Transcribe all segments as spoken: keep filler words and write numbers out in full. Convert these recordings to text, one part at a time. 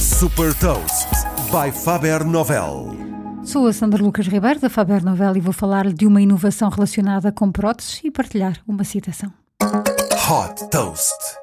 Super Toast by Faber Novel. Sou a Sandra Lucas Ribeiro da Faber Novel e vou falar-lhe de uma inovação relacionada com próteses e partilhar uma citação. Hot Toast.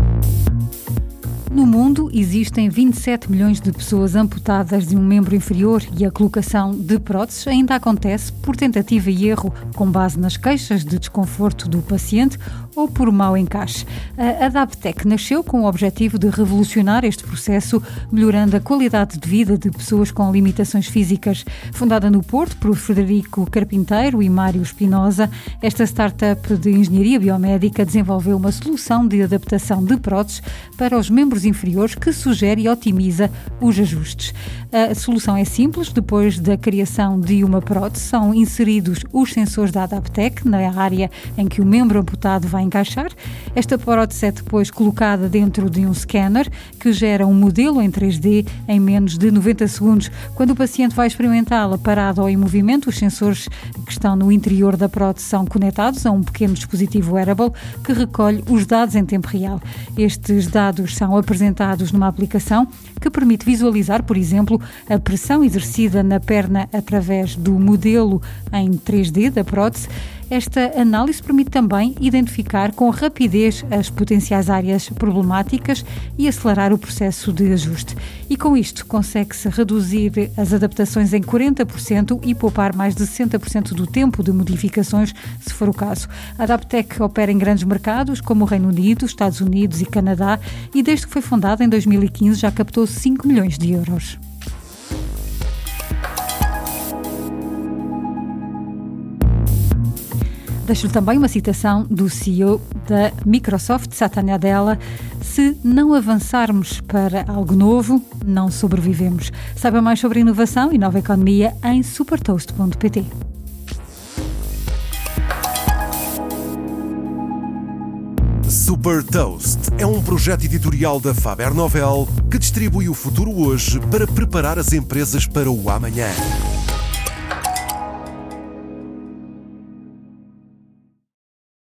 No mundo existem vinte e sete milhões de pessoas amputadas de um membro inferior e a colocação de próteses ainda acontece por tentativa e erro, com base nas queixas de desconforto do paciente ou por mau encaixe. A Adaptec nasceu com o objetivo de revolucionar este processo, melhorando a qualidade de vida de pessoas com limitações físicas. Fundada no Porto por Frederico Carpinteiro e Mário Espinosa, esta startup de engenharia biomédica desenvolveu uma solução de adaptação de próteses para os membros inferiores que sugere e otimiza os ajustes. A solução é simples. Depois da criação de uma prótese, são inseridos os sensores da Adaptec na área em que o membro amputado vai encaixar. Esta prótese é depois colocada dentro de um scanner que gera um modelo em três D em menos de noventa segundos. Quando o paciente vai experimentá-la parado ou em movimento, os sensores que estão no interior da prótese são conectados a um pequeno dispositivo wearable que recolhe os dados em tempo real. Estes dados são apresentados numa aplicação que permite visualizar, por exemplo, a pressão exercida na perna através do modelo em três D da prótese. Esta análise permite também identificar com rapidez as potenciais áreas problemáticas e acelerar o processo de ajuste. E com isto consegue-se reduzir as adaptações em quarenta por cento e poupar mais de sessenta por cento do tempo de modificações, se for o caso. A Adaptec opera em grandes mercados como o Reino Unido, Estados Unidos e Canadá e desde que foi fundada em dois mil e quinze já captou cinco milhões de euros. Deixo-lhe também uma citação do C E O da Microsoft, Satya Nadella: se não avançarmos para algo novo, não sobrevivemos. Saiba mais sobre inovação e nova economia em supertoast ponto pt. Super Toast é um projeto editorial da Faber Novel que distribui o futuro hoje para preparar as empresas para o amanhã.